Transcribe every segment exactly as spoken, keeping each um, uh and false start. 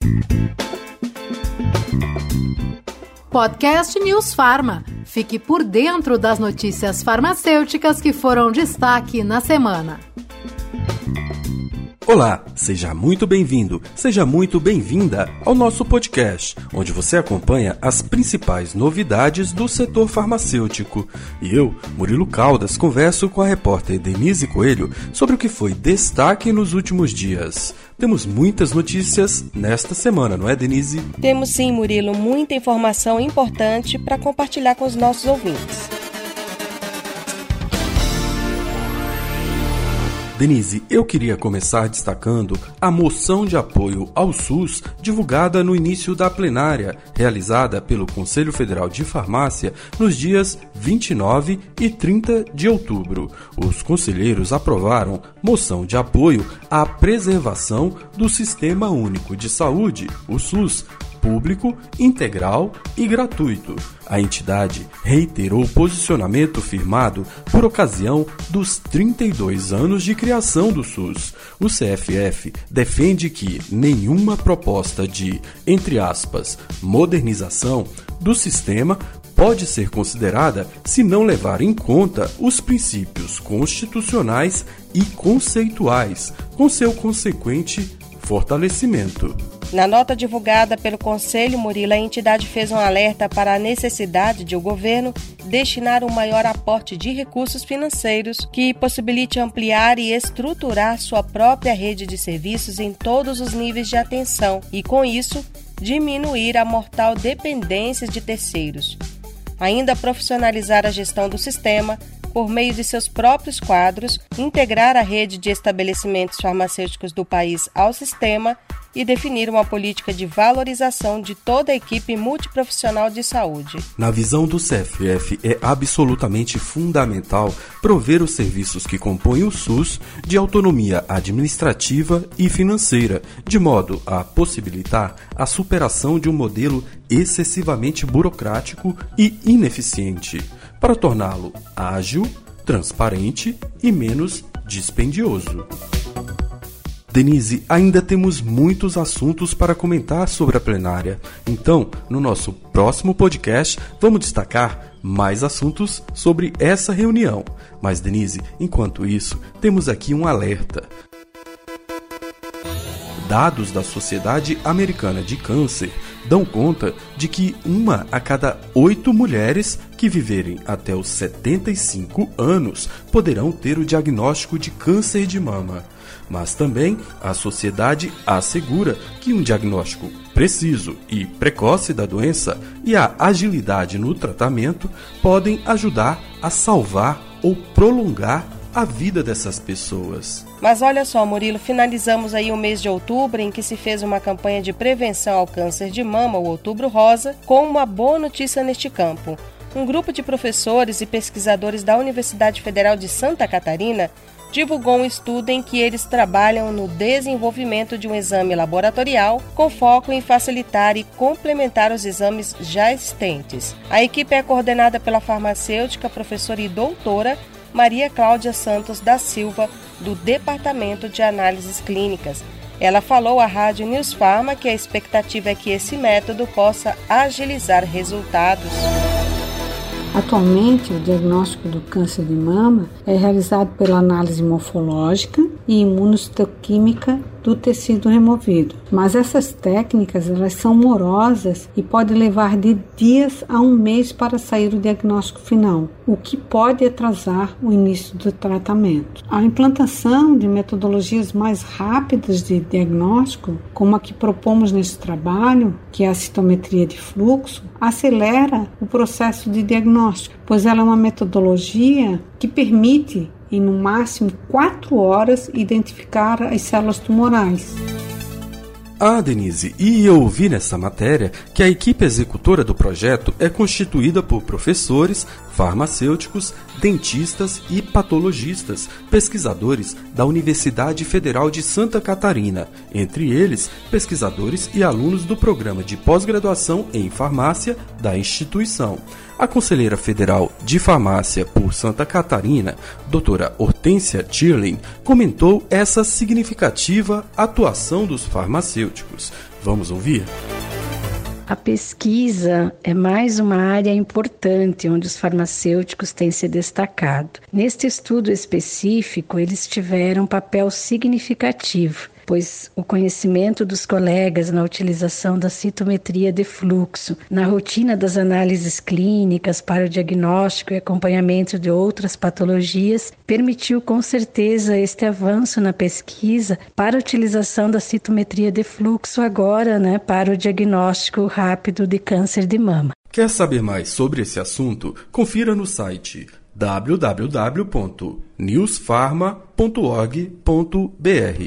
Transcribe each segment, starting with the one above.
Podcast News Farma. Fique por dentro das notícias farmacêuticas que foram destaque na semana. Olá, seja muito bem-vindo, seja muito bem-vinda ao nosso podcast, onde você acompanha as principais novidades do setor farmacêutico. E eu, Murilo Caldas, converso com a repórter Denise Coelho sobre o que foi destaque nos últimos dias. Temos muitas notícias nesta semana, não é, Denise? Temos sim, Murilo, muita informação importante para compartilhar com os nossos ouvintes. Denise, eu queria começar destacando a moção de apoio ao SUS divulgada no início da plenária, realizada pelo Conselho Federal de Farmácia nos dias vinte e nove e trinta de outubro. Os conselheiros aprovaram moção de apoio à preservação do Sistema Único de Saúde, o SUS, público, integral e gratuito. A entidade reiterou o posicionamento firmado por ocasião dos trinta e dois anos de criação do SUS. O C F F defende que nenhuma proposta de, entre aspas, modernização do sistema pode ser considerada se não levar em conta os princípios constitucionais e conceituais, com seu consequente fortalecimento. Na nota divulgada pelo Conselho, Murilo, a entidade fez um alerta para a necessidade de o governo destinar um maior aporte de recursos financeiros que possibilite ampliar e estruturar sua própria rede de serviços em todos os níveis de atenção e, com isso, diminuir a mortal dependência de terceiros. Ainda profissionalizar a gestão do sistema por meio de seus próprios quadros, integrar a rede de estabelecimentos farmacêuticos do país ao sistema e definir uma política de valorização de toda a equipe multiprofissional de saúde. Na visão do C F F, é absolutamente fundamental prover os serviços que compõem o SUS de autonomia administrativa e financeira, de modo a possibilitar a superação de um modelo excessivamente burocrático e ineficiente, para torná-lo ágil, transparente e menos dispendioso. Denise, ainda temos muitos assuntos para comentar sobre a plenária. Então, no nosso próximo podcast, vamos destacar mais assuntos sobre essa reunião. Mas, Denise, enquanto isso, temos aqui um alerta. Dados da Sociedade Americana de Câncer dão conta de que uma a cada oito mulheres que viverem até os setenta e cinco anos poderão ter o diagnóstico de câncer de mama. Mas também a sociedade assegura que um diagnóstico preciso e precoce da doença e a agilidade no tratamento podem ajudar a salvar ou prolongar a vida dessas pessoas. Mas olha só, Murilo, finalizamos aí o mês de outubro em que se fez uma campanha de prevenção ao câncer de mama, o Outubro Rosa, com uma boa notícia neste campo. Um grupo de professores e pesquisadores da Universidade Federal de Santa Catarina divulgou um estudo em que eles trabalham no desenvolvimento de um exame laboratorial com foco em facilitar e complementar os exames já existentes. A equipe é coordenada pela farmacêutica, professora e doutora Maria Cláudia Santos da Silva, do Departamento de Análises Clínicas. Ela falou à Rádio News Farma que a expectativa é que esse método possa agilizar resultados. Atualmente, o diagnóstico do câncer de mama é realizado pela análise morfológica e imunohistoquímica do tecido removido. Mas essas técnicas, elas são morosas e podem levar de dias a um mês para sair o diagnóstico final, o que pode atrasar o início do tratamento. A implantação de metodologias mais rápidas de diagnóstico, como a que propomos nesse trabalho, que é a citometria de fluxo, acelera o processo de diagnóstico, pois ela é uma metodologia que permite em no máximo quatro horas identificar as células tumorais. Ah, Denise, e eu ouvi nessa matéria que a equipe executora do projeto é constituída por professores, farmacêuticos, dentistas e patologistas, pesquisadores da Universidade Federal de Santa Catarina, entre eles pesquisadores e alunos do programa de pós-graduação em farmácia da instituição. A conselheira federal de farmácia por Santa Catarina, doutora Hortência Tirling, comentou essa significativa atuação dos farmacêuticos. Vamos ouvir? A pesquisa é mais uma área importante onde os farmacêuticos têm se destacado. Neste estudo específico, eles tiveram um papel significativo, pois o conhecimento dos colegas na utilização da citometria de fluxo, na rotina das análises clínicas para o diagnóstico e acompanhamento de outras patologias, permitiu com certeza este avanço na pesquisa para a utilização da citometria de fluxo agora, né, para o diagnóstico rápido de câncer de mama. Quer saber mais sobre esse assunto? Confira no site w w w ponto newsfarma ponto org ponto b r.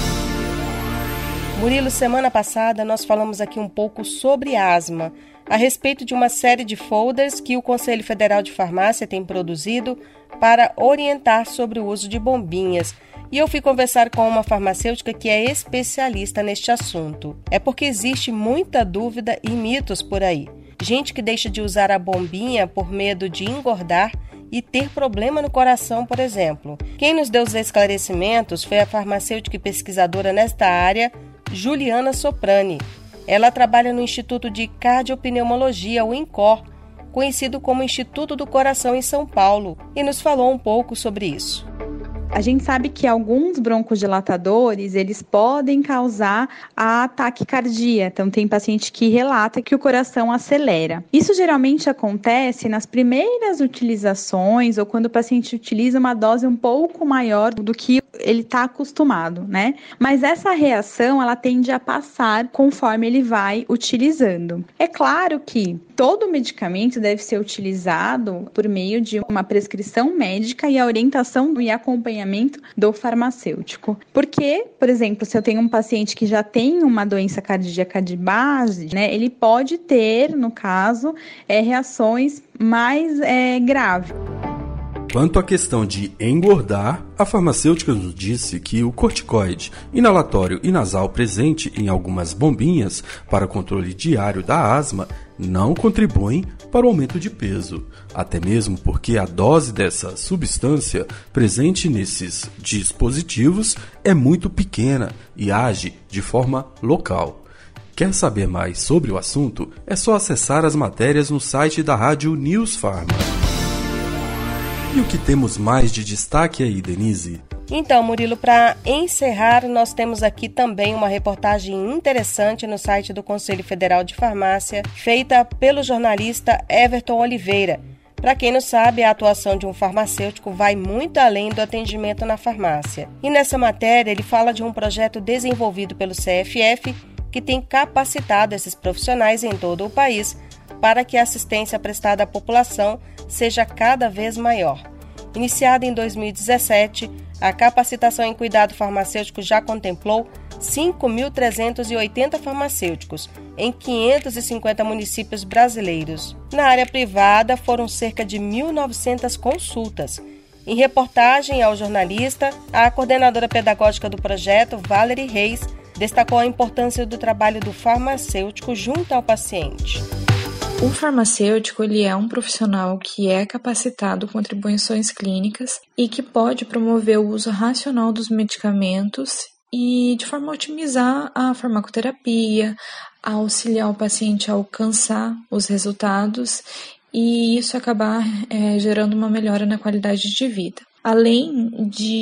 Murilo, semana passada nós falamos aqui um pouco sobre asma, a respeito de uma série de folders que o Conselho Federal de Farmácia tem produzido para orientar sobre o uso de bombinhas. E eu fui conversar com uma farmacêutica que é especialista neste assunto. É porque existe muita dúvida e mitos por aí. Gente que deixa de usar a bombinha por medo de engordar e ter problema no coração, por exemplo. Quem nos deu os esclarecimentos foi a farmacêutica e pesquisadora nesta área, Juliana Soprani. Ela trabalha no Instituto de Cardiopneumologia, o INCOR, conhecido como Instituto do Coração em São Paulo, e nos falou um pouco sobre isso. A gente sabe que alguns broncodilatadores, eles podem causar a taquicardia. Então, tem paciente que relata que o coração acelera. Isso geralmente acontece nas primeiras utilizações ou quando o paciente utiliza uma dose um pouco maior do que ele está acostumado, né? Mas essa reação, ela tende a passar conforme ele vai utilizando. É claro que todo medicamento deve ser utilizado por meio de uma prescrição médica e a orientação e acompanhamento do farmacêutico. Porque, por exemplo, se eu tenho um paciente que já tem uma doença cardíaca de base, né, ele pode ter, no caso, é, reações mais é, graves. Quanto à questão de engordar, a farmacêutica nos disse que o corticoide inalatório e nasal presente em algumas bombinhas para controle diário da asma não contribuem para o aumento de peso, até mesmo porque a dose dessa substância presente nesses dispositivos é muito pequena e age de forma local. Quer saber mais sobre o assunto? É só acessar as matérias no site da Rádio News Pharma. E o que temos mais de destaque aí, Denise? Então, Murilo, para encerrar, nós temos aqui também uma reportagem interessante no site do Conselho Federal de Farmácia, feita pelo jornalista Everton Oliveira. Para quem não sabe, a atuação de um farmacêutico vai muito além do atendimento na farmácia. E nessa matéria, ele fala de um projeto desenvolvido pelo C F F que tem capacitado esses profissionais em todo o país para que a assistência prestada à população seja cada vez maior. Iniciada em dois mil e dezessete, a capacitação em cuidado farmacêutico já contemplou cinco mil trezentos e oitenta farmacêuticos em quinhentos e cinquenta municípios brasileiros. Na área privada, foram cerca de mil e novecentas consultas. Em reportagem ao jornalista, a coordenadora pedagógica do projeto, Valerie Reis, destacou a importância do trabalho do farmacêutico junto ao paciente. O farmacêutico ele é um profissional que é capacitado com atribuições clínicas e que pode promover o uso racional dos medicamentos e de forma a otimizar a farmacoterapia, a auxiliar o paciente a alcançar os resultados e isso acabar é, gerando uma melhora na qualidade de vida. Além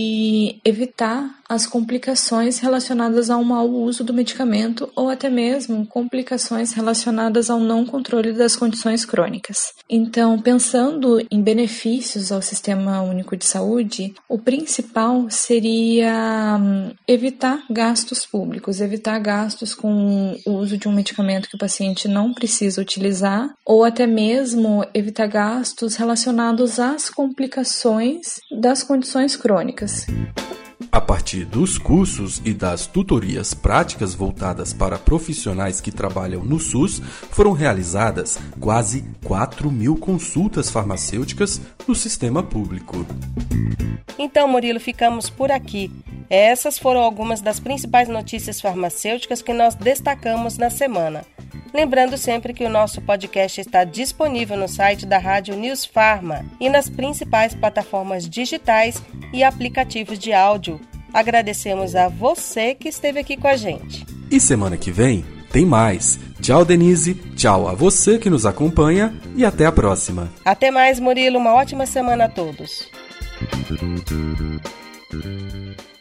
de evitar as complicações relacionadas ao mau uso do medicamento ou até mesmo complicações relacionadas ao não controle das condições crônicas. Então, pensando em benefícios ao Sistema Único de Saúde, o principal seria evitar gastos públicos, evitar gastos com o uso de um medicamento que o paciente não precisa utilizar ou até mesmo evitar gastos relacionados às complicações das condições crônicas. A partir dos cursos e das tutorias práticas voltadas para profissionais que trabalham no SUS, foram realizadas quase quatro mil consultas farmacêuticas no sistema público. Então, Murilo, ficamos por aqui. Essas foram algumas das principais notícias farmacêuticas que nós destacamos na semana. Lembrando sempre que o nosso podcast está disponível no site da Rádio News Pharma e nas principais plataformas digitais e aplicativos de áudio. Agradecemos a você que esteve aqui com a gente. E semana que vem tem mais. Tchau, Denise. Tchau a você que nos acompanha e até a próxima. Até mais, Murilo. Uma ótima semana a todos.